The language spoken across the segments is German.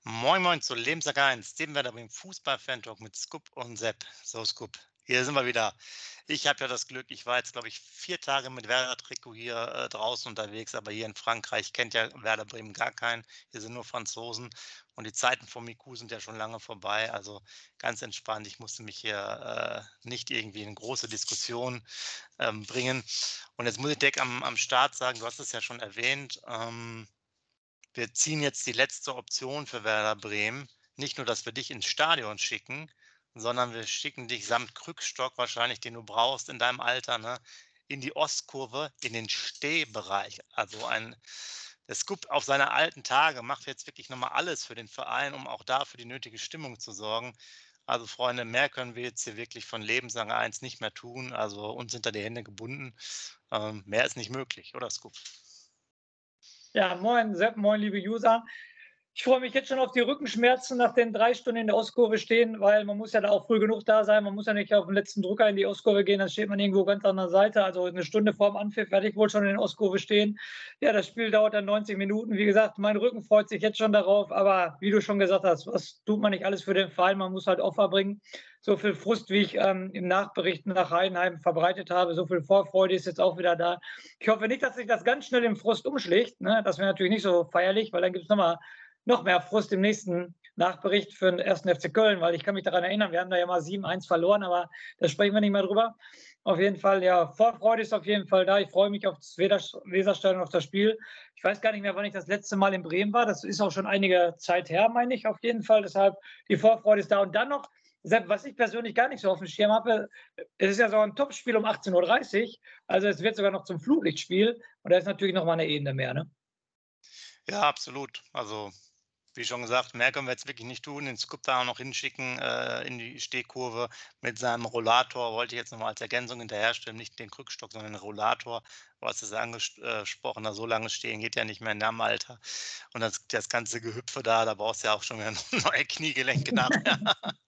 Moin Moin zu Lebensjahr 1, dem Werder Bremen Fußball-Fan-Talk mit Scoop und Sepp. So Scoop, hier sind wir wieder. Ich habe ja das Glück, ich war jetzt, glaube ich, 4 Tage mit Werder-Trikot hier, draußen unterwegs, aber hier in Frankreich kennt ja Werder Bremen gar keinen. Hier sind nur Franzosen und die Zeiten vom Miku sind ja schon lange vorbei. Also, ganz entspannt. Ich musste mich hier, nicht irgendwie in große Diskussionen, bringen. Und jetzt muss ich direkt am Start sagen, du hast es ja schon erwähnt, wir ziehen jetzt die letzte Option für Werder Bremen. Nicht nur, dass wir dich ins Stadion schicken, sondern wir schicken dich samt Krückstock wahrscheinlich, den du brauchst in deinem Alter, ne, in die Ostkurve, in den Stehbereich. Also der Scoop auf seine alten Tage macht jetzt wirklich noch mal alles für den Verein, um auch da für die nötige Stimmung zu sorgen. Also, Freunde, mehr können wir jetzt hier wirklich von Lebenslang eins nicht mehr tun. Also, uns sind da die Hände gebunden. Mehr ist nicht möglich, oder Scoop? Ja, moin Sepp, moin liebe User. Ich freue mich jetzt schon auf die Rückenschmerzen nach den 3 Stunden in der Ostkurve stehen, weil man muss ja da auch früh genug da sein. Man muss ja nicht auf den letzten Drücker in die Ostkurve gehen, dann steht man irgendwo ganz an der Seite. Also eine Stunde vorm Anpfiff werde ich wohl schon in der Ostkurve stehen. Ja, das Spiel dauert dann 90 Minuten. Wie gesagt, mein Rücken freut sich jetzt schon darauf. Aber wie du schon gesagt hast, was tut man nicht alles für den Verein? Man muss halt Opfer bringen. So viel Frust, wie ich im Nachbericht nach Heidenheim verbreitet habe, so viel Vorfreude ist jetzt auch wieder da. Ich hoffe nicht, dass sich das ganz schnell im Frust umschlägt. Ne? Das wäre natürlich nicht so feierlich, weil dann gibt es nochmal noch mehr Frust im nächsten Nachbericht für den 1. FC Köln, weil ich kann mich daran erinnern, wir haben da ja mal 7-1 verloren, aber da sprechen wir nicht mehr drüber. Auf jeden Fall, ja, Vorfreude ist auf jeden Fall da. Ich freue mich auf das Weserstadion, auf das Spiel. Ich weiß gar nicht mehr, wann ich das letzte Mal in Bremen war. Das ist auch schon einige Zeit her, meine ich, auf jeden Fall. Deshalb, die Vorfreude ist da. Und dann noch, was ich persönlich gar nicht so auf dem Schirm habe, es ist ja so ein Topspiel um 18:30 Uhr. Also es wird sogar noch zum Flutlichtspiel. Und da ist natürlich noch mal eine Ebene mehr, ne? Ja, absolut. Also, wie schon gesagt, mehr können wir jetzt wirklich nicht tun. Den Scoop da auch noch hinschicken, in die Stehkurve mit seinem Rollator. Wollte ich jetzt noch mal als Ergänzung hinterherstellen, nicht den Krückstock, sondern den Rollator. Du hast es angesprochen, da so lange stehen geht ja nicht mehr in deinem Alter. Und das ganze Gehüpfe da brauchst du ja auch schon wieder neue Kniegelenke nachher.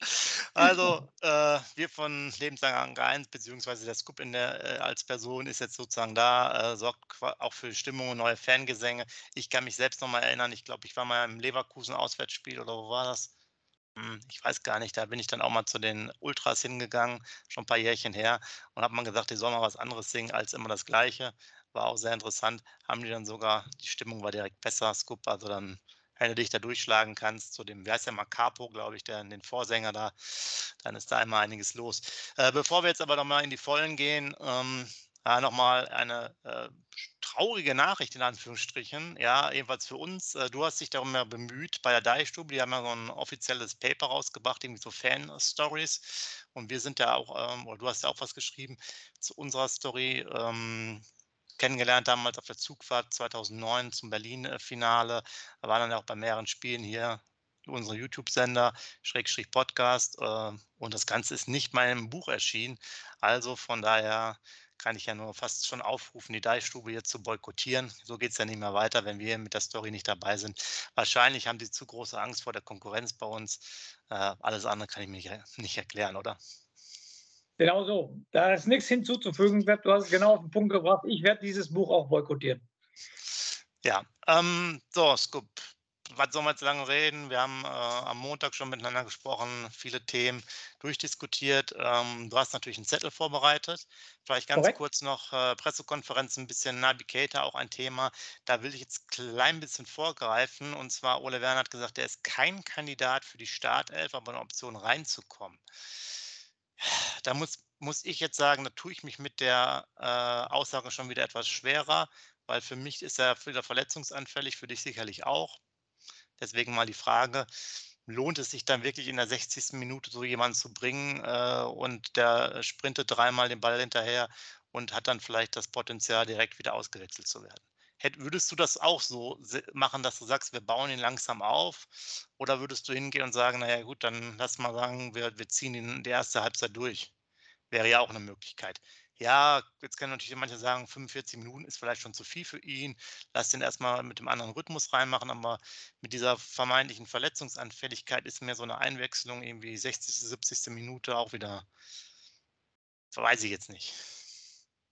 Also, wir von Lebenslang 1 beziehungsweise der Scoop als Person ist jetzt sozusagen da, sorgt qua auch für Stimmung und neue Fangesänge. Ich kann mich selbst noch mal erinnern, ich glaube, ich war mal im Leverkusen-Auswärtsspiel oder wo war das? Ich weiß gar nicht, da bin ich dann auch mal zu den Ultras hingegangen, schon ein paar Jährchen her, und habe mal gesagt, die sollen mal was anderes singen als immer das Gleiche. War auch sehr interessant. Haben die dann sogar die Stimmung war direkt besser, Scoop, also dann wenn du dich da durchschlagen kannst zu dem, wie heißt der mal, Capo, glaube ich, den Vorsänger da, dann ist da immer einiges los. Bevor wir jetzt aber noch mal in die Vollen gehen, ja, noch mal eine, traurige Nachricht in Anführungsstrichen, ja, jedenfalls für uns. Du hast dich darum ja bemüht bei der Deichstube, die haben ja so ein offizielles Paper rausgebracht, irgendwie so Fan-Stories, und wir sind ja auch, oder du hast ja auch was geschrieben zu unserer Story, kennengelernt damals auf der Zugfahrt 2009 zum Berlin-Finale. Wir waren dann ja auch bei mehreren Spielen hier, unsere YouTube-Sender, Schrägstrich Podcast, und das Ganze ist nicht mal im Buch erschienen. Also von daher kann ich ja nur fast schon aufrufen, die Deichstube jetzt zu boykottieren. So geht es ja nicht mehr weiter, wenn wir mit der Story nicht dabei sind. Wahrscheinlich haben sie zu große Angst vor der Konkurrenz bei uns. Alles andere kann ich mir nicht erklären, oder? Genau so. Da ist nichts hinzuzufügen, Sepp, du hast es genau auf den Punkt gebracht. Ich werde dieses Buch auch boykottieren. Ja, so, Scoop. Was soll man jetzt lange reden? Wir haben am Montag schon miteinander gesprochen, viele Themen durchdiskutiert. Du hast natürlich einen Zettel vorbereitet. Vielleicht ganz Korrekt? kurz noch Pressekonferenz, ein bisschen Naby Keita, auch ein Thema. Da will ich jetzt klein bisschen vorgreifen. Und zwar, Ole Werner hat gesagt, er ist kein Kandidat für die Startelf, aber eine Option reinzukommen. Da muss ich jetzt sagen, da tue ich mich mit der Aussage schon wieder etwas schwerer, weil für mich ist er wieder verletzungsanfällig, für dich sicherlich auch. Deswegen mal die Frage: Lohnt es sich dann wirklich in der 60. Minute so jemanden zu bringen, und der sprintet dreimal den Ball hinterher und hat dann vielleicht das Potenzial, direkt wieder ausgewechselt zu werden? Würdest du das auch so machen, dass du sagst, wir bauen ihn langsam auf? Oder würdest du hingehen und sagen, na ja gut, dann lass mal sagen, wir ziehen ihn die erste Halbzeit durch? Wäre ja auch eine Möglichkeit. Ja, jetzt können natürlich manche sagen, 45 Minuten ist vielleicht schon zu viel für ihn. Lass den erst mal mit dem anderen Rhythmus reinmachen, aber mit dieser vermeintlichen Verletzungsanfälligkeit ist mir so eine Einwechslung irgendwie 60., 70. Minute auch wieder, weiß ich jetzt nicht.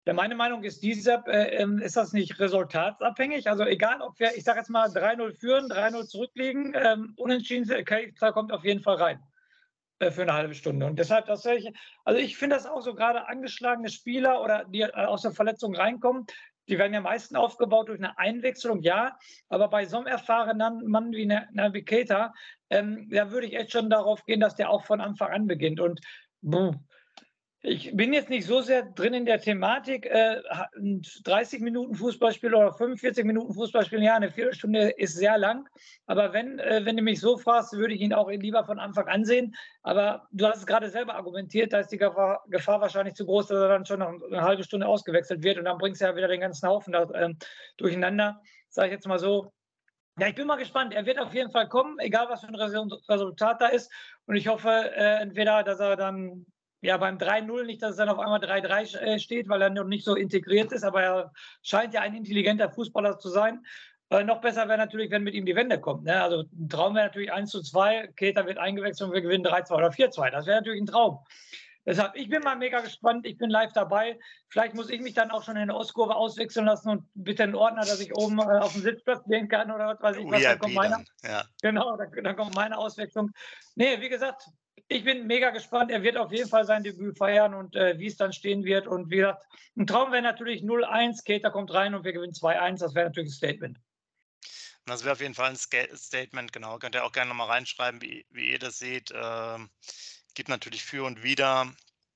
Ja, meine Meinung ist Sepp, ist das nicht resultatsabhängig? Also egal, ob wir, ich sage jetzt mal, 3-0 führen, 3-0 zurückliegen, unentschieden, Keita kommt auf jeden Fall rein für eine halbe Stunde. Und deshalb, also ich finde das auch so, gerade angeschlagene Spieler oder die aus der Verletzung reinkommen, die werden ja meistens aufgebaut durch eine Einwechslung, ja, aber bei so einem erfahrenen Mann wie Keita, da würde ich echt schon darauf gehen, dass der auch von Anfang an beginnt. Und ich bin jetzt nicht so sehr drin in der Thematik, 30 Minuten Fußballspiel oder 45 Minuten Fußballspiel, ja, eine Viertelstunde ist sehr lang. Aber wenn du mich so fragst, würde ich ihn auch lieber von Anfang an sehen. Aber du hast es gerade selber argumentiert, da ist die Gefahr wahrscheinlich zu groß, dass er dann schon nach einer halben Stunde ausgewechselt wird. Und dann bringst du ja wieder den ganzen Haufen da, durcheinander, sage ich jetzt mal so. Ja, ich bin mal gespannt. Er wird auf jeden Fall kommen, egal was für ein Resultat da ist. Und ich hoffe entweder, dass er dann ja beim 3-0 nicht, dass es dann auf einmal 3-3 steht, weil er noch nicht so integriert ist, aber er scheint ja ein intelligenter Fußballer zu sein. Noch besser wäre natürlich, wenn mit ihm die Wende kommt. Ne? Also ein Traum wäre natürlich 1:2, Keita wird eingewechselt und wir gewinnen 3-2 oder 4-2. Das wäre natürlich ein Traum. Deshalb, ich bin mal mega gespannt, ich bin live dabei. Vielleicht muss ich mich dann auch schon in der Ostkurve auswechseln lassen und bitte einen Ordner, dass ich oben auf dem Sitzplatz gehen kann oder was weiß ich was. Dann kommt meiner. Ja. Genau, dann kommt meine Auswechslung. Nee, wie gesagt, ich bin mega gespannt. Er wird auf jeden Fall sein Debüt feiern und wie es dann stehen wird. Und wie gesagt, ein Traum wäre natürlich 0-1, Keita kommt rein und wir gewinnen 2-1. Das wäre natürlich ein Statement. Das wäre auf jeden Fall ein Statement, genau. Könnt ihr auch gerne nochmal reinschreiben, wie ihr das seht. Gibt natürlich für und wider.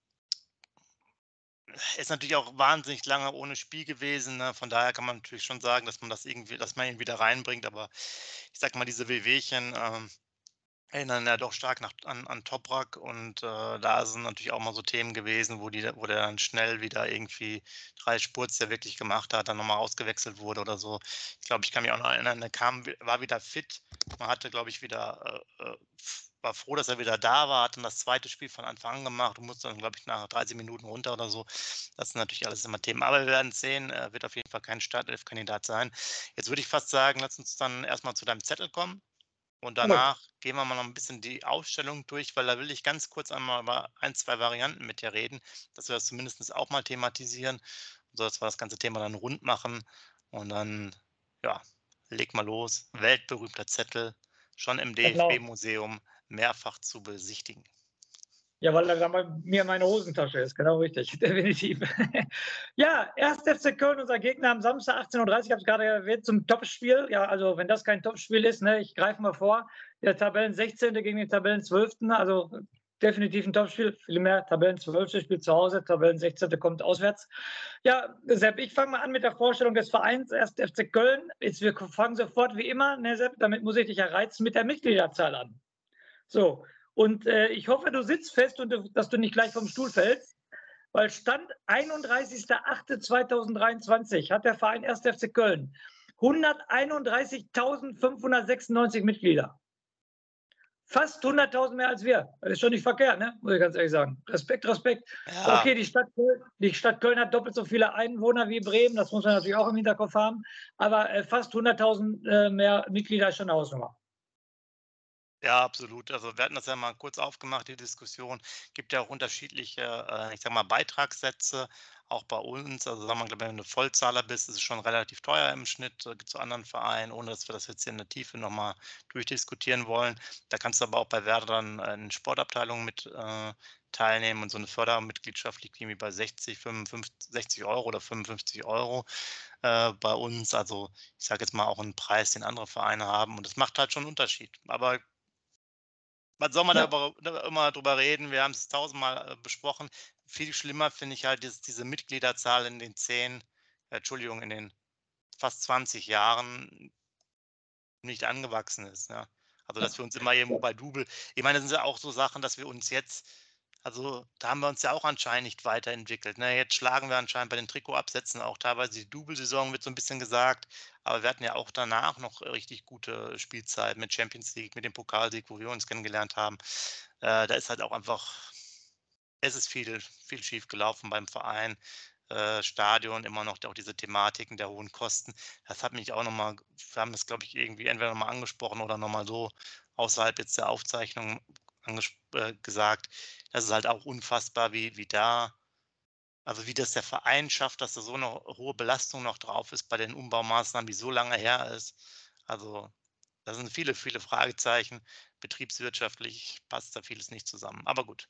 Ist natürlich auch wahnsinnig lange ohne Spiel gewesen, ne? Von daher kann man natürlich schon sagen, dass man ihn wieder reinbringt. Aber ich sag mal, diese Wehwehchen erinnern ja doch stark an Toprak und da sind natürlich auch mal so Themen gewesen, wo der dann schnell wieder irgendwie 3 Spurz, der wirklich gemacht hat, dann nochmal ausgewechselt wurde oder so. Ich glaube, ich kann mich auch noch erinnern, war wieder fit. Man hatte, glaube ich, wieder war froh, dass er wieder da war, hat dann das zweite Spiel von Anfang an gemacht und musste dann, glaube ich, nach 30 Minuten runter oder so. Das sind natürlich alles immer Themen. Aber wir werden sehen, wird auf jeden Fall kein Startelf-Kandidat sein. Jetzt würde ich fast sagen, lass uns dann erstmal zu deinem Zettel kommen. Und Jawohl. danach gehen wir mal noch ein bisschen die Ausstellung durch, weil da will ich ganz kurz einmal über ein 2 Varianten mit dir reden, dass wir das zumindest auch mal thematisieren, sodass wir das ganze Thema dann rund machen. Und dann, ja, leg mal los. Weltberühmter Zettel, schon im Genau. DFB-Museum mehrfach zu besichtigen. Ja, weil er dann bei mir meine Hosentasche ist, genau richtig, definitiv. Ja, 1. FC Köln, unser Gegner am Samstag 18:30 Uhr, ich habe es gerade erwähnt, zum Topspiel. Ja, also wenn das kein Topspiel ist, ne, ich greife mal vor, der Tabellen 16. gegen den Tabellen 12., also definitiv ein Topspiel, vielmehr Tabellen 12. spielt zu Hause, Tabellen 16. kommt auswärts. Ja, Sepp, ich fange mal an mit der Vorstellung des Vereins 1. FC Köln. Jetzt, wir fangen sofort wie immer, ne, Sepp, damit muss ich dich erreizen, mit der Mitgliederzahl an. So, und ich hoffe, du sitzt fest und dass du nicht gleich vom Stuhl fällst, weil Stand 31.08.2023 hat der Verein 1. FC Köln 131.596 Mitglieder. Fast 100.000 mehr als wir. Das ist schon nicht verkehrt, ne? Muss ich ganz ehrlich sagen. Respekt, Respekt. Ja, Okay, die Stadt Köln hat doppelt so viele Einwohner wie Bremen. Das muss man natürlich auch im Hinterkopf haben. Aber fast 100.000 mehr Mitglieder ist schon eine Hausnummer. ja, absolut. Also, wir hatten das ja mal kurz aufgemacht, die Diskussion. Gibt ja auch unterschiedliche, ich sage mal, Beitragssätze, auch bei uns. Also, sagen wir, glaube wenn du Vollzahler bist, ist es schon relativ teuer im Schnitt, zu anderen Vereinen, ohne dass wir das jetzt hier in der Tiefe noch mal durchdiskutieren wollen. Da kannst du aber auch bei Werder dann, in Sportabteilungen mit, teilnehmen und so eine Fördermitgliedschaft liegt irgendwie bei 60, 55, 60 € oder 55 € bei uns. Also, ich sage jetzt mal auch einen Preis, den andere Vereine haben und das macht halt schon 'n Unterschied. Aber was soll man da Ja, immer drüber reden? Wir haben es tausendmal, besprochen. Viel schlimmer finde ich halt diese Mitgliederzahl in den 10 Entschuldigung, in den fast 20 Jahren nicht angewachsen ist, ja. Also, dass wir uns immer irgendwo bei Double ich meine, das sind ja auch so Sachen, dass wir uns jetzt da haben wir uns ja auch anscheinend nicht weiterentwickelt, ne? Jetzt schlagen wir anscheinend bei den Trikotabsätzen auch teilweise die Double-Saison, wird so ein bisschen gesagt, aber wir hatten ja auch danach noch richtig gute Spielzeit mit Champions League, mit dem Pokalsieg, wo wir uns kennengelernt haben. Da ist halt auch einfach es ist viel schief gelaufen beim Verein. Stadion, immer noch auch diese Thematiken der hohen Kosten. Das hat mich auch noch mal wir haben das, glaube ich, irgendwie entweder noch mal angesprochen oder noch mal so außerhalb jetzt der Aufzeichnung gesagt. Das ist halt auch unfassbar, wie da Also, wie das der Verein schafft, dass da so eine hohe Belastung noch drauf ist bei den Umbaumaßnahmen, die so lange her ist. Also, da sind viele, viele Fragezeichen. Betriebswirtschaftlich passt da vieles nicht zusammen, aber gut.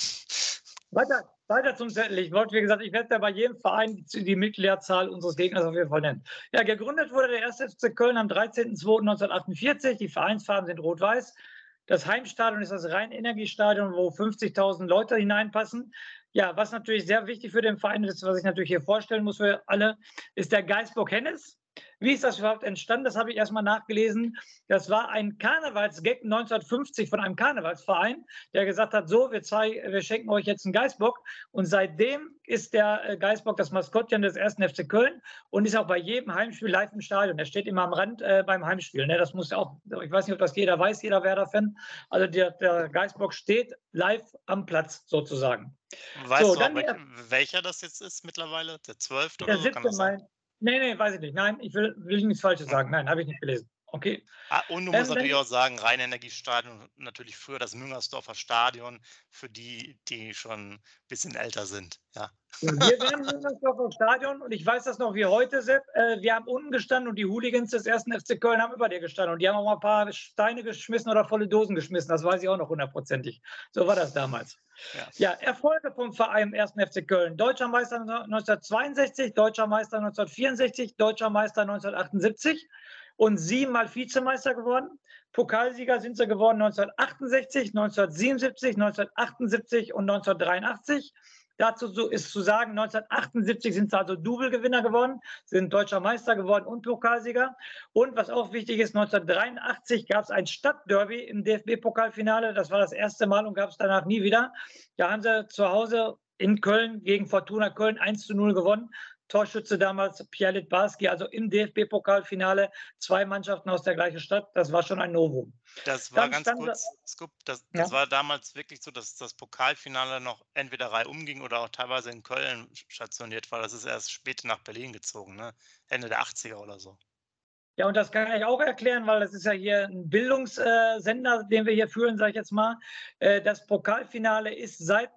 Weiter zum Zettel. Ich wollte, wie gesagt, ich werde ja bei jedem Verein die Mitgliederzahl unseres Gegners auf jeden Fall nennen. Ja, gegründet wurde der 1. FC Köln am 13.02.1948. Die Vereinsfarben sind rot-weiß. Das Heimstadion ist das Rhein-Energiestadion, wo 50.000 Leute hineinpassen. Ja, was natürlich sehr wichtig für den Verein ist, was ich natürlich hier vorstellen muss für alle, ist der Geisbock Hennes. Wie ist das überhaupt entstanden? Das habe ich erstmal nachgelesen. Das war ein Karnevalsgag 1950 von einem Karnevalsverein, der gesagt hat, so, wir schenken euch jetzt einen Geißbock. Und seitdem ist der Geißbock das Maskottchen des 1. FC Köln und ist auch bei jedem Heimspiel live im Stadion. Der steht immer am Rand beim Heimspiel. Ne? Das muss ja auch, ich weiß nicht, ob das jeder weiß, jeder Werder-Fan. Also der Geißbock steht live am Platz sozusagen. Weißt So, du auch, dann welcher das jetzt ist mittlerweile? Der 12. der oder so, kann 7. das sein? Mai. Nee, weiß ich nicht. Nein, ich will nichts Falsches sagen. Nein, habe ich nicht gelesen. Okay. Und du musst natürlich Dann auch sagen, Rhein-Energiestadion, natürlich früher das Müngersdorfer Stadion für die, die schon ein bisschen älter sind, ja. Wir waren in Müngersdorfer Stadion und ich weiß das noch wie heute, Sepp. Wir haben unten gestanden und die Hooligans des 1. FC Köln haben über dir gestanden und die haben auch mal ein paar Steine geschmissen oder volle Dosen geschmissen. Das weiß ich auch noch hundertprozentig. So war das damals. Ja. Ja, Erfolge vom Verein 1. FC Köln. Deutscher Meister 1962, Deutscher Meister 1964, Deutscher Meister 1978 und 7-mal Vizemeister geworden. Pokalsieger sind sie geworden 1968, 1977, 1978 und 1983. Dazu ist zu sagen, 1978 sind sie also Double-Gewinner geworden, sind Deutscher Meister geworden und Pokalsieger. Und was auch wichtig ist, 1983 gab es ein Stadtderby im DFB-Pokalfinale. Das war das erste Mal und gab es danach nie wieder. Da haben sie zu Hause in Köln gegen Fortuna Köln 1:0 gewonnen. Torschütze damals Pierre Littbarski, also im DFB-Pokalfinale 2 Mannschaften aus der gleichen Stadt. Das war schon ein Novum. Das war Dann ganz kurz, Scoop, das ja. war damals wirklich so, dass das Pokalfinale noch entweder reihum ging oder auch teilweise in Köln stationiert war. Das ist erst später nach Berlin gezogen, ne? Ende der 80er oder so. Ja, und das kann ich auch erklären, weil das ist ja hier ein Bildungssender, den wir hier führen, sage ich jetzt mal. Das Pokalfinale ist seit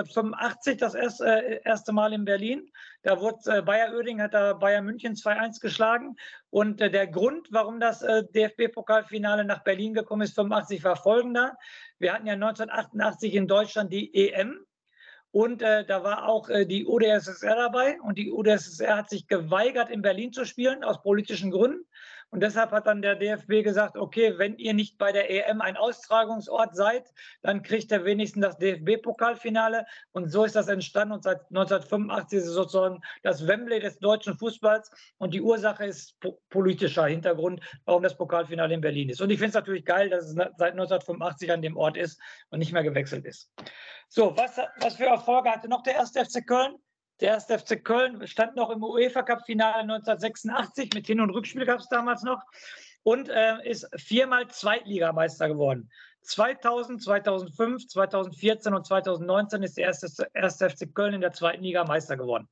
1985 das erste Mal in Berlin. Da wurde Bayer Oerding hat da Bayern München 2:1 geschlagen. Und der Grund, warum das DFB-Pokalfinale nach Berlin gekommen ist, 85, war folgender. Wir hatten ja 1988 in Deutschland die EM. Und da war auch die UdSSR dabei. Und die UdSSR hat sich geweigert, in Berlin zu spielen, aus politischen Gründen. Und deshalb hat dann der DFB gesagt, okay, wenn ihr nicht bei der EM ein Austragungsort seid, dann kriegt ihr wenigstens das DFB-Pokalfinale. Und so ist das entstanden. Und seit 1985 ist es sozusagen das Wembley des deutschen Fußballs. Und die Ursache ist politischer Hintergrund, warum das Pokalfinale in Berlin ist. Und ich finde es natürlich geil, dass es seit 1985 an dem Ort ist und nicht mehr gewechselt ist. So, was für Erfolge hatte noch der 1. FC Köln? Der 1. FC Köln stand noch im UEFA-Cup-Finale 1986, mit Hin- und Rückspiel gab es damals noch, und ist 4-mal Zweitligameister geworden. 2000, 2005, 2014 und 2019 ist der 1. FC Köln in der zweiten Liga Meister geworden.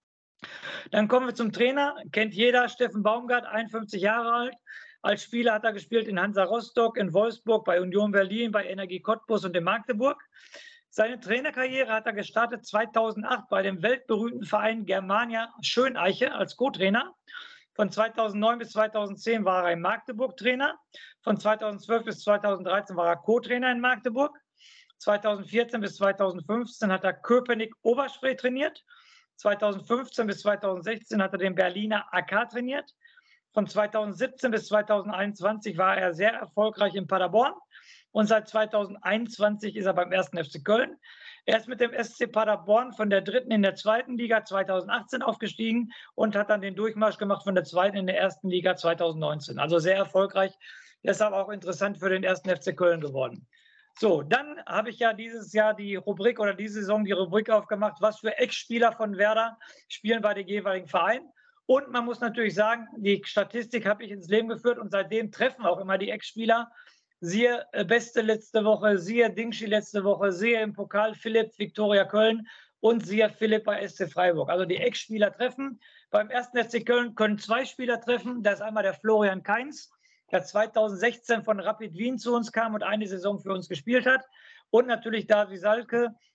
Dann kommen wir zum Trainer, kennt jeder, Steffen Baumgart, 51 Jahre alt. Als Spieler hat er gespielt in Hansa Rostock, in Wolfsburg, bei Union Berlin, bei Energie Cottbus und in Magdeburg. Seine Trainerkarriere hat er gestartet 2008 bei dem weltberühmten Verein Germania Schöneiche als Co-Trainer. Von 2009 bis 2010 war er in Magdeburg Trainer. Von 2012 bis 2013 war er Co-Trainer in Magdeburg. 2014 bis 2015 hat er Köpenick Oberspree trainiert. 2015 bis 2016 hat er den Berliner AK trainiert. Von 2017 bis 2021 war er sehr erfolgreich in Paderborn. Und seit 2021 ist er beim 1. FC Köln. Er ist mit dem SC Paderborn von der 3. in der 2. Liga 2018 aufgestiegen und hat dann den Durchmarsch gemacht von der 2. in der 1. Liga 2019. Also sehr erfolgreich, deshalb auch interessant für den 1. FC Köln geworden. So, dann habe ich ja dieses Jahr die Rubrik oder diese Saison die Rubrik aufgemacht, was für Ex-Spieler von Werder spielen bei den jeweiligen Vereinen. Und man muss natürlich sagen, die Statistik habe ich ins Leben geführt und seitdem treffen auch immer die Ex-Spieler. Siehe Beste letzte Woche, siehe Dingschi letzte Woche, siehe im Pokal Philipp, Viktoria Köln und siehe Philipp bei SC Freiburg. Also die Ex-Spieler treffen. Beim 1. FC Köln können 2 Spieler treffen. Da ist einmal der Florian Kainz, der 2016 von Rapid Wien zu uns kam und eine Saison für uns gespielt hat. Und natürlich Davy Salke,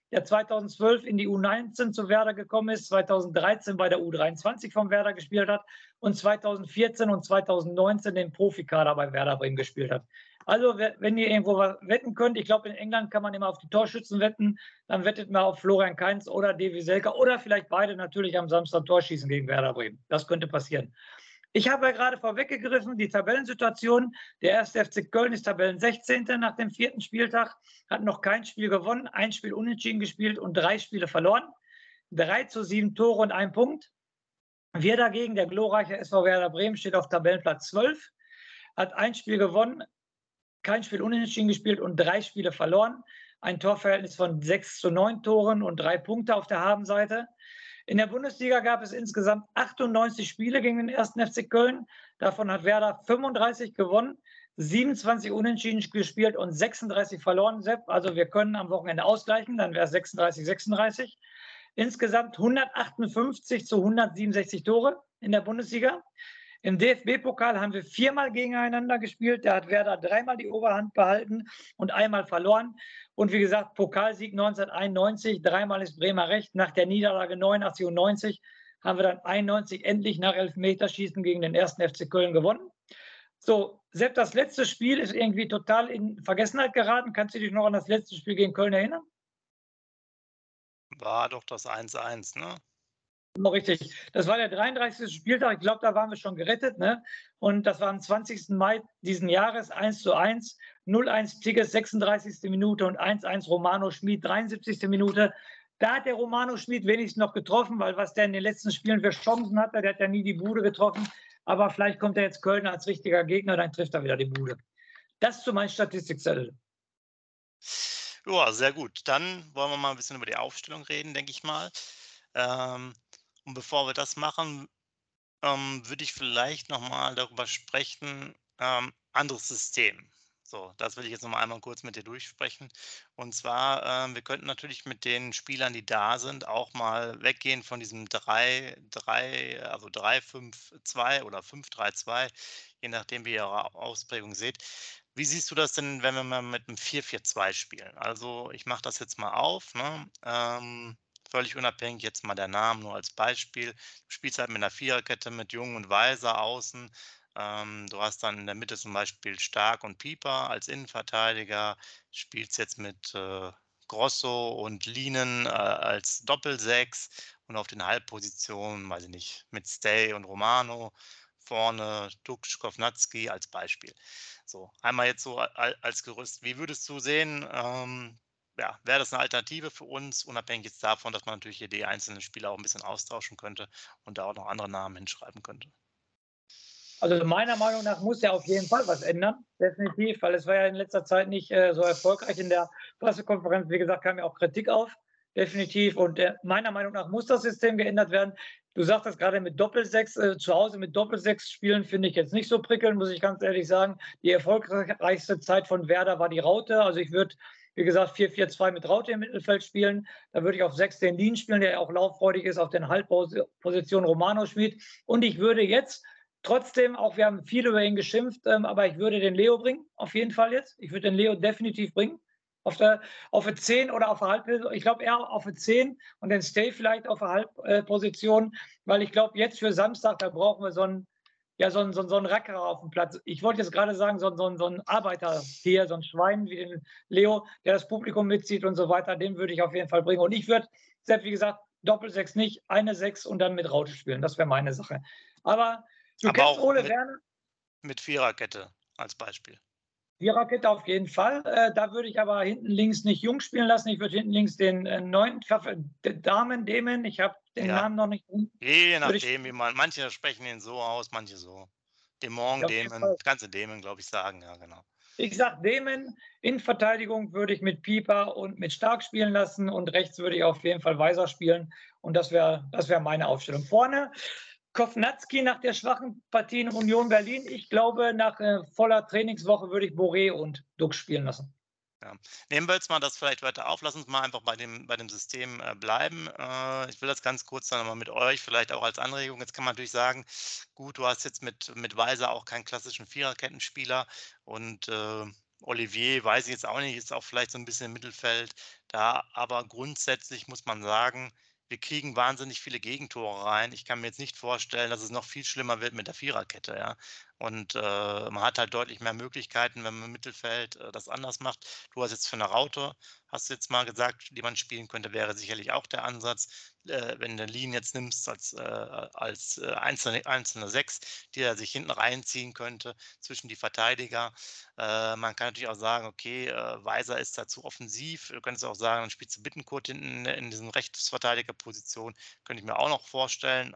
der 2012 in die U19 zu Werder gekommen ist, 2013 bei der U23 von Werder gespielt hat und 2014 und 2019 den Profikader bei Werder Bremen gespielt hat. Also, wenn ihr irgendwo wetten könnt, ich glaube, in England kann man immer auf die Torschützen wetten, dann wettet mal auf Florian Kainz oder Davy Selke oder vielleicht beide natürlich am Samstag Torschießen gegen Werder Bremen. Das könnte passieren. Ich habe ja gerade vorweggegriffen, die Tabellensituation. Der 1. FC Köln ist Tabellen 16. nach dem 4. Spieltag, hat noch kein Spiel gewonnen, ein Spiel unentschieden gespielt und 3 Spiele verloren. 3:7 Tore und 1 Punkt. Wir dagegen, der glorreiche SV Werder Bremen, steht auf Tabellenplatz 12, hat ein Spiel gewonnen, kein Spiel unentschieden gespielt und 3 Spiele verloren. Ein Torverhältnis von 6:9 Toren und 3 Punkte auf der Habenseite. In der Bundesliga gab es insgesamt 98 Spiele gegen den 1. FC Köln. Davon hat Werder 35 gewonnen, 27 unentschieden gespielt und 36 verloren, Sepp. Also wir können am Wochenende ausgleichen, dann wäre es 36:36. Insgesamt 158:167 Tore in der Bundesliga. Im DFB-Pokal haben wir 4-mal gegeneinander gespielt. Da hat Werder 3-mal die Oberhand behalten und 1-mal verloren. Und wie gesagt, Pokalsieg 1991, 3-mal ist Bremer recht. Nach der Niederlage 89 und 90 haben wir dann 91 endlich nach Elfmeterschießen gegen den 1. FC Köln gewonnen. So, Sepp, das letzte Spiel ist irgendwie total in Vergessenheit geraten. Kannst du dich noch an das letzte Spiel gegen Köln erinnern? War doch das 1:1, ne? Genau, richtig. Das war der 33. Spieltag. Ich glaube, da waren wir schon gerettet. Ne? Und das war am 20. Mai diesen Jahres 1:1. 0:1 Tigges, 36. Minute und 1:1 Romano Schmid, 73. Minute. Da hat der Romano Schmid wenigstens noch getroffen, weil was der in den letzten Spielen für Chancen hatte, der hat ja nie die Bude getroffen. Aber vielleicht kommt er jetzt Köln als richtiger Gegner, dann trifft er wieder die Bude. Das zu meinem Statistikzettel. Ja, sehr gut. Dann wollen wir mal ein bisschen über die Aufstellung reden, denke ich mal. Ähm, und bevor wir das machen, würde ich vielleicht noch mal darüber sprechen, anderes System. So, das will ich jetzt noch mal einmal kurz mit dir durchsprechen. Und zwar, wir könnten natürlich mit den Spielern, die da sind, auch mal weggehen von diesem 3-5-2 oder 5-3-2, je nachdem, wie ihr eure Ausprägung seht. Wie siehst du das denn, wenn wir mal mit 'nem 4-4-2 spielen? Also, ich mache das jetzt mal auf, ne? Völlig unabhängig jetzt mal der Namen, nur als Beispiel. Du spielst halt mit einer Viererkette mit Jung und Weiser außen. Du hast dann in der Mitte zum Beispiel Stark und Pieper als Innenverteidiger, spielst jetzt mit, Grosso und Lienen, als Doppelsechs und auf den Halbpositionen, weiß ich nicht, mit Stay und Romano, vorne Duksch, Kovnatski als Beispiel. So, einmal jetzt so als Gerüst. Wie würdest du sehen, ja, wäre das eine Alternative für uns, unabhängig jetzt davon, dass man natürlich hier die einzelnen Spieler auch ein bisschen austauschen könnte und da auch noch andere Namen hinschreiben könnte? Also meiner Meinung nach muss er auf jeden Fall was ändern, definitiv, weil es war ja in letzter Zeit nicht so erfolgreich. In der Pressekonferenz, wie gesagt, kam ja auch Kritik auf, definitiv. Und meiner Meinung nach muss das System geändert werden. Du sagtest gerade mit Doppelsechs, zu Hause mit Doppelsechs spielen, finde ich jetzt nicht so prickelnd, muss ich ganz ehrlich sagen. Die erfolgreichste Zeit von Werder war die Raute. Also ich würde, wie gesagt, 4-4-2 mit Raute im Mittelfeld spielen. Da würde ich auf 6 den Lien spielen, der auch lauffreudig ist, auf den Halbposition Romano spielt. Und ich würde jetzt trotzdem, auch wir haben viel über ihn geschimpft, aber ich würde den Leo bringen, auf jeden Fall jetzt. Ich würde den Leo definitiv bringen. Auf der 10 oder auf der Halbposition. Ich glaube eher auf der 10 und den Stay vielleicht auf der Halbposition, weil ich glaube, jetzt für Samstag, da brauchen wir so einen Rackerer auf dem Platz. Ich wollte jetzt gerade sagen, so einen Arbeiter hier, so ein Schwein wie den Leo, der das Publikum mitzieht und so weiter, den würde ich auf jeden Fall bringen. Und ich würde, selbst wie gesagt, Doppelsechs nicht, eine Sechs und dann mit Raute spielen. Das wäre meine Sache. Aber du Aber kennst auch Ole Werner, mit Viererkette als Beispiel. Viererkette auf jeden Fall. Da würde ich aber hinten links nicht Jung spielen lassen. Ich würde hinten links den neuen Damen, ich habe den Ja, Namen noch nicht. je Würde ich, nachdem, wie man manche sprechen ihn so aus, manche so. ja, Demon, auf jeden Demon, Fall. kannst du Demon, glaube ich, sagen, ja, genau. Ich sage Demen, in Verteidigung würde ich mit Pieper und mit Stark spielen lassen und rechts würde ich auf jeden Fall Weiser spielen. Und das wär meine Aufstellung. Vorne Kovnatski nach der schwachen Partie in Union Berlin. Ich glaube, nach voller Trainingswoche würde ich Boré und Dux spielen lassen. Ja. Nehmen wir jetzt mal das vielleicht weiter auf. Lass uns mal einfach bei dem System bleiben. Ich will das ganz kurz dann mal mit euch, vielleicht auch als Anregung. Jetzt kann man natürlich sagen, gut, du hast jetzt mit Weiser auch keinen klassischen Viererkettenspieler und Olivier weiß ich jetzt auch nicht, ist auch vielleicht so ein bisschen im Mittelfeld da, aber grundsätzlich muss man sagen, wir kriegen wahnsinnig viele Gegentore rein. Ich kann mir jetzt nicht vorstellen, dass es noch viel schlimmer wird mit der Viererkette, ja. Und, man hat halt deutlich mehr Möglichkeiten, wenn man im Mittelfeld, das anders macht. Du hast jetzt für 'ne Raute hast du jetzt mal gesagt, die man spielen könnte, wäre sicherlich auch der Ansatz. Wenn du Lien jetzt nimmst als einzelne 6, die er sich hinten reinziehen könnte zwischen die Verteidiger. Man kann natürlich auch sagen, okay, Weiser ist da zu offensiv. Du könntest auch sagen, dann spielst du Bittenkurt hinten in diesen Rechtsverteidigerposition. Könnte ich mir auch noch vorstellen.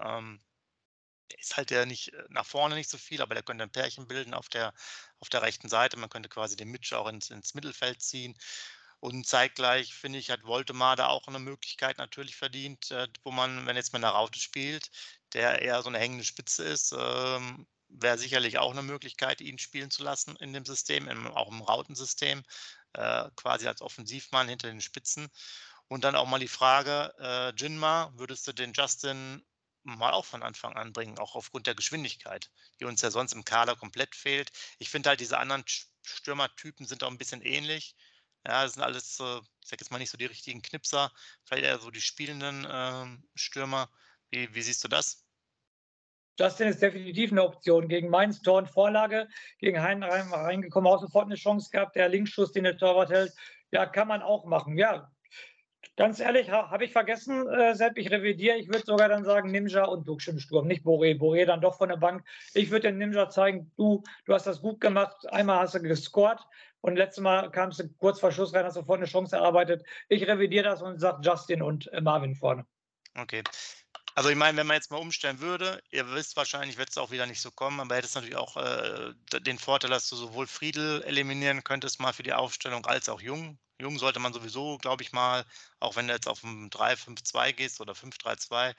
Der ist halt ja nicht nach vorne nicht so viel, aber der könnte ein Pärchen bilden auf der rechten Seite. Man könnte quasi den Mitsch auch ins Mittelfeld ziehen. Und zeitgleich, finde ich, hat Woltemade da auch eine Möglichkeit natürlich verdient, wo man, wenn jetzt mit 'ner Raute spielt, der eher so eine hängende Spitze ist, wäre sicherlich auch eine Möglichkeit, ihn spielen zu lassen in dem System, auch im Rautensystem, quasi als Offensivmann hinter den Spitzen. Und dann auch mal die Frage, Jinma, würdest du den Justin mal auch von Anfang an bringen, auch aufgrund der Geschwindigkeit, die uns ja sonst im Kader komplett fehlt? Ich finde halt, diese anderen Stürmertypen sind auch ein bisschen ähnlich. Ja, das sind alles, ich sage jetzt mal, nicht so die richtigen Knipser, vielleicht eher so die spielenden, Stürmer. Wie siehst du das? Justin ist definitiv eine Option. Gegen Mainz Tor und Vorlage, gegen Heidenheim reingekommen, auch sofort eine Chance gehabt. Der Linksschuss, den der Torwart hält, ja, kann man auch machen. Ja, ganz ehrlich, habe ich vergessen, Sepp, ich revidiere. Ich würde sogar dann sagen Ninja und Duxch im Sturm, nicht Boré. Boré dann doch von der Bank. Ich würde den Ninja zeigen, du hast das gut gemacht. Einmal hast du gescored und letztes Mal kamst du kurz vor Schluss rein, hast sofort eine Chance erarbeitet. Ich revidiere das und sage Justin und, Marvin vorne. Okay. Also, ich meine, wenn man jetzt mal umstellen würde, ihr wisst wahrscheinlich, wird es auch wieder nicht so kommen, aber hättest natürlich auch, d den Vorteil, dass du sowohl Friedl eliminieren könntest mal für die Aufstellung als auch Jung. Jung sollte man sowieso, glaube ich mal, auch wenn du jetzt auf 'n 3-5-2 gehst oder 5-3-2,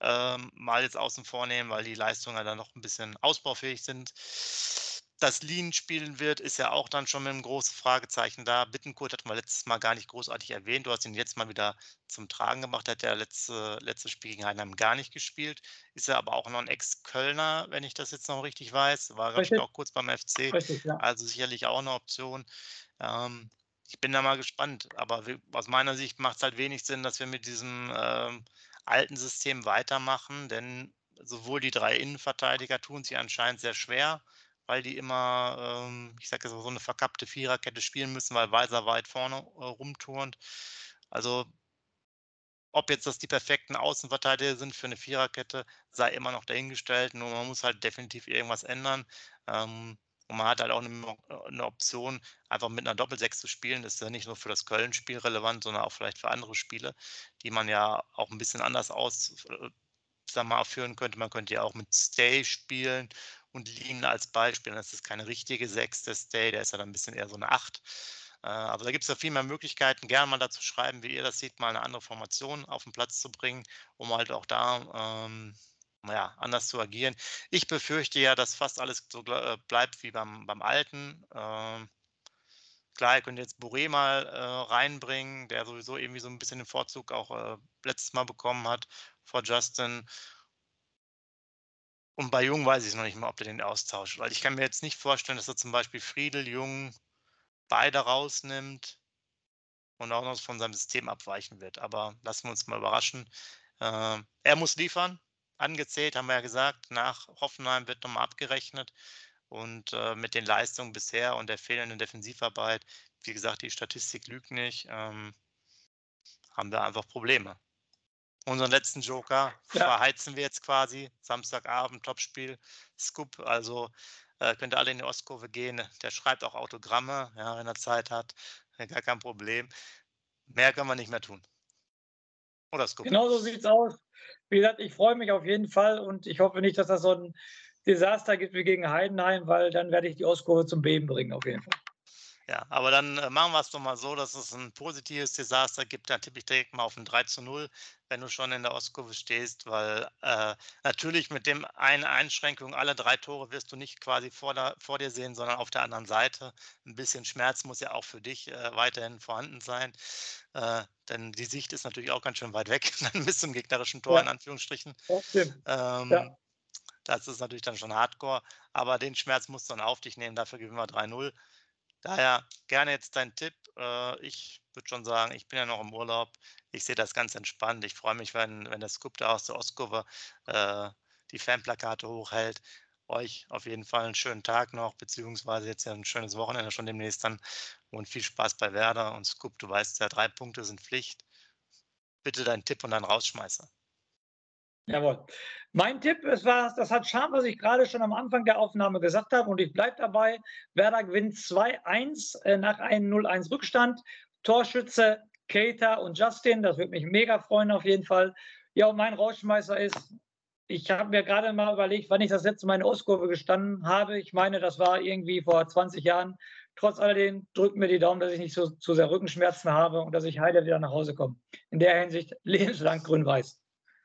mal jetzt außen vor nehmen, weil die Leistungen ja dann noch ein bisschen ausbaufähig sind. Dass Lien spielen wird, ist ja auch dann schon mit 'nem großen Fragezeichen da. Bittenkurt hatten wir letztes Mal gar nicht großartig erwähnt. Du hast ihn jetzt mal wieder zum Tragen gebracht. Hat ja letztes Spiel gegen Heidenheim gar nicht gespielt. Ist ja aber auch noch ein Ex-Kölner, wenn ich das jetzt noch richtig weiß. War, glaube ich, Richtig? auch kurz beim FC, Richtig, ja. also sicherlich auch eine Option. Ich bin da mal gespannt, aber aus meiner Sicht macht es halt wenig Sinn, dass wir mit diesem, alten System weitermachen, denn sowohl die 3 Innenverteidiger tun sich anscheinend sehr schwer, weil die immer, ich sage jetzt mal, so eine verkappte Viererkette spielen müssen, weil Weiser weit vorne, rumturnt. Also, ob jetzt das die perfekten Außenverteidiger sind für eine Viererkette, sei immer noch dahingestellt, nur man muss halt definitiv irgendwas ändern. Und man hat halt auch eine 'ne Option, einfach mit einer Doppelsechs zu spielen. Das ist ja nicht nur für das Köln-Spiel relevant, sondern auch vielleicht für andere Spiele, die man ja auch ein bisschen anders sagen wir mal, führen könnte. Man könnte ja auch mit Stay spielen und Lien als Beispiel. Das ist keine richtige 6, der Stay, der ist ja dann ein bisschen eher so eine 8. Also, da gibt es ja viel mehr Möglichkeiten. Gerne mal dazu schreiben, wie ihr das seht, mal eine andere Formation auf den Platz zu bringen, um halt auch da, na ja, anders zu agieren. Ich befürchte ja, dass fast alles so bleibt wie beim Alten. Klar, ihr könnt jetzt Boré mal, reinbringen, der sowieso irgendwie so ein bisschen den Vorzug auch, letztes Mal bekommen hat vor Justin. Und bei Jung weiß ich noch nicht mal, ob der den austauscht, weil ich kann mir jetzt nicht vorstellen, dass er zum Beispiel Friedel, Jung beide rausnimmt und auch noch von seinem System abweichen wird. Aber lassen wir uns mal überraschen. Er muss liefern. Angezählt, haben wir ja gesagt. Nach Hoffenheim wird nochmal abgerechnet. Und mit den Leistungen bisher und der fehlenden Defensivarbeit, wie gesagt, die Statistik lügt nicht, haben wir einfach Probleme. Unseren letzten Joker Ja, verheizen wir jetzt quasi. Samstagabend, Topspiel, Scoop. Also könnt ihr alle in die Ostkurve gehen. Der schreibt auch Autogramme, ja, wenn er Zeit hat. Gar kein Problem. Mehr können wir nicht mehr tun. Oder Scoop? genau so sieht's aus. Wie gesagt, ich freue mich auf jeden Fall und ich hoffe nicht, dass das so 'n Desaster gibt wie gegen Heidenheim, weil dann werde ich die Ostkurve zum Beben bringen, auf jeden Fall. Ja, aber dann, machen wir es doch mal so, dass es ein positives Desaster gibt. Dann tippe ich direkt mal auf 'n 3:0, wenn du schon in der Ostkurve stehst, weil, natürlich mit dem einen Einschränkung, alle 3 Tore wirst du nicht quasi vor dir sehen, sondern auf der anderen Seite. Ein bisschen Schmerz muss ja auch für dich, weiterhin vorhanden sein, denn die Sicht ist natürlich auch ganz schön weit weg, dann bis zum gegnerischen Tor in Ja, Anführungsstrichen. das stimmt. Ähm, Ja, Das ist natürlich dann schon Hardcore, aber den Schmerz musst du dann auf dich nehmen, dafür gewinnen wir 3:0. Daher gerne jetzt dein Tipp. Ich würde schon sagen, ich bin ja noch im Urlaub. Ich sehe das ganz entspannt. Ich freue mich, wenn der Scoop da aus der Ostkurve die Fanplakate hochhält. Euch auf jeden Fall einen schönen Tag noch, beziehungsweise jetzt ja ein schönes Wochenende schon demnächst dann und viel Spaß bei Werder. Und Scoop, du weißt ja, 3 Punkte sind Pflicht. Bitte deinen Tipp und deinen Rausschmeißer. Jawohl. Mein Tipp, das hat Charme, was ich gerade schon am Anfang der Aufnahme gesagt habe, und ich bleibe dabei. Werder gewinnt 2-1 nach einem 0-1 Rückstand. Torschütze Keita und Justin, das würde mich mega freuen auf jeden Fall. Ja, und mein Rausschmeißer ist, ich habe mir gerade mal überlegt, wann ich das letzte Mal in der Ostkurve gestanden habe. Ich meine, das war irgendwie vor 20 Jahren. Trotz alledem drückt mir die Daumen, dass ich nicht so zu sehr Rückenschmerzen habe und dass ich heile wieder nach Hause komme. In der Hinsicht lebenslang grün-weiß.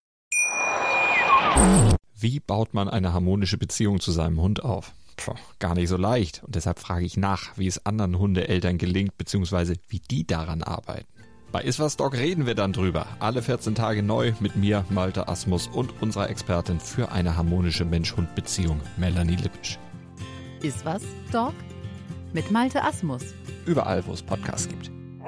Wie baut man eine harmonische Beziehung zu seinem Hund auf? Gar nicht so leicht. Und deshalb frage ich nach, wie es anderen Hundeeltern gelingt, beziehungsweise wie die daran arbeiten. Bei Iswas Dog reden wir dann drüber. Alle 14 Tage neu mit mir, Malte Asmus, und unserer Expertin für eine harmonische Mensch-Hund-Beziehung, Melanie Lippisch. Iswas Dog mit Malte Asmus. Überall, wo es Podcasts gibt.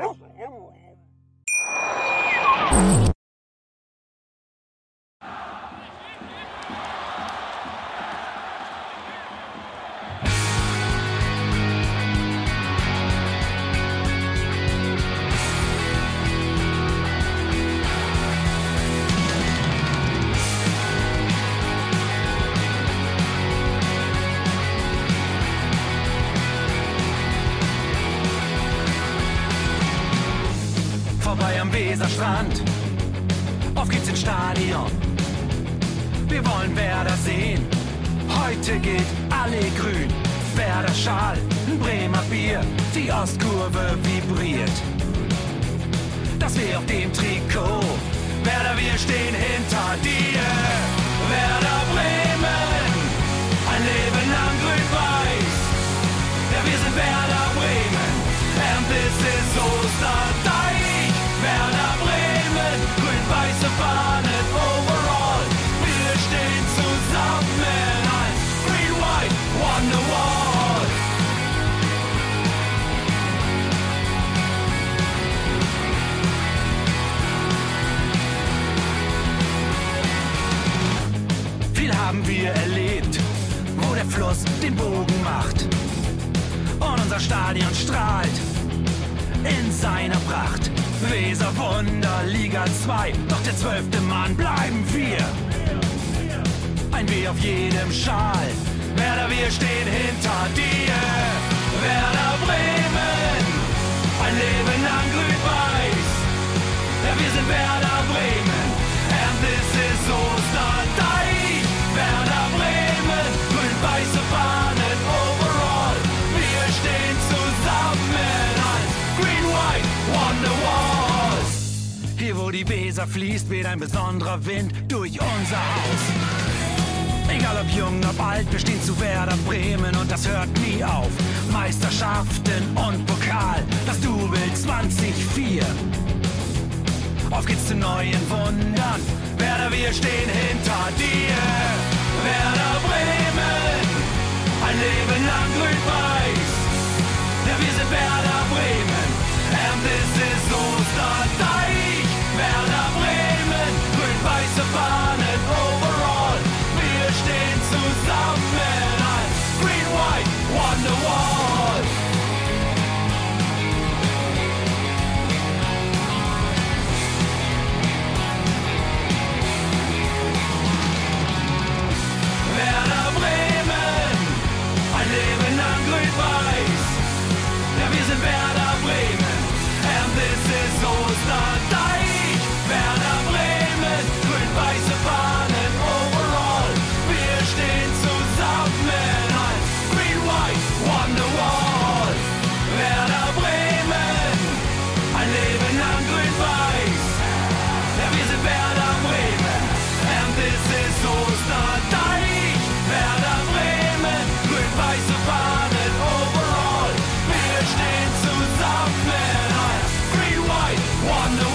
Vorbei am Weserstrand, auf geht's ins Stadion. Wir wollen Werder sehen, heute geht alle grün. Werder Schal, ein Bremer Bier, die Ostkurve vibriert. Das weh auf dem Trikot, Werder, wir stehen hinter dir. Werder Bremen, ein Leben lang grün-weiß. Ja, wir sind Werder Bremen, and this is Osterdeich. Werder Bremen, grün-weiße Fahnen overall. Wir stehen zusammen als Green White Wonderwall. Viel haben wir erlebt, wo der Fluss den Bogen macht. Und unser Stadion strahlt in seiner Pracht. Weser Wunder, Liga 2, doch der 12. Mann bleiben wir. Ein W auf jedem Schal, Werder, wir stehen hinter dir. Werder Bremen, ein Leben lang grün-weiß. Ja, wir sind Werder Bremen, and this is Osterdeich. Werder Bremen, grün-weiße Fahnen overall. Wir stehen zusammen als Green White Wonderwall. Hier wo die Weser fließt, weht ein besonderer Wind durch unser Haus. Egal ob jung, ob alt, wir stehen zu Werder Bremen und das hört nie auf. Meisterschaften und Pokal, das Double 2004. Auf geht's zu neuen Wundern, Werder, wir stehen hinter dir. Werder Bremen, ein Leben lang grün-weiß. Ja, wir sind Werder Bremen, and this is Osterdeich. Werder Bremen, grün-weiße Fahnen overall. Wir stehen zusammen als Green White Wonderwall. Werder Bremen, ein Leben lang grün-weiß. Ja, wir sind Werder Bremen, and this is Osterdeich. Werder Bremen, grün-weiße Fahnen overall. Wir stehen zusammen als Green White Wonderwall. Werder Bremen, ein Leben lang grün-weiß. Ja, wir sind Werder Bremen, and this is Osterdeich. Werder Bremen, grün-weiße Fahnen overall. Wir stehen zusammen als Green White Wonderwall.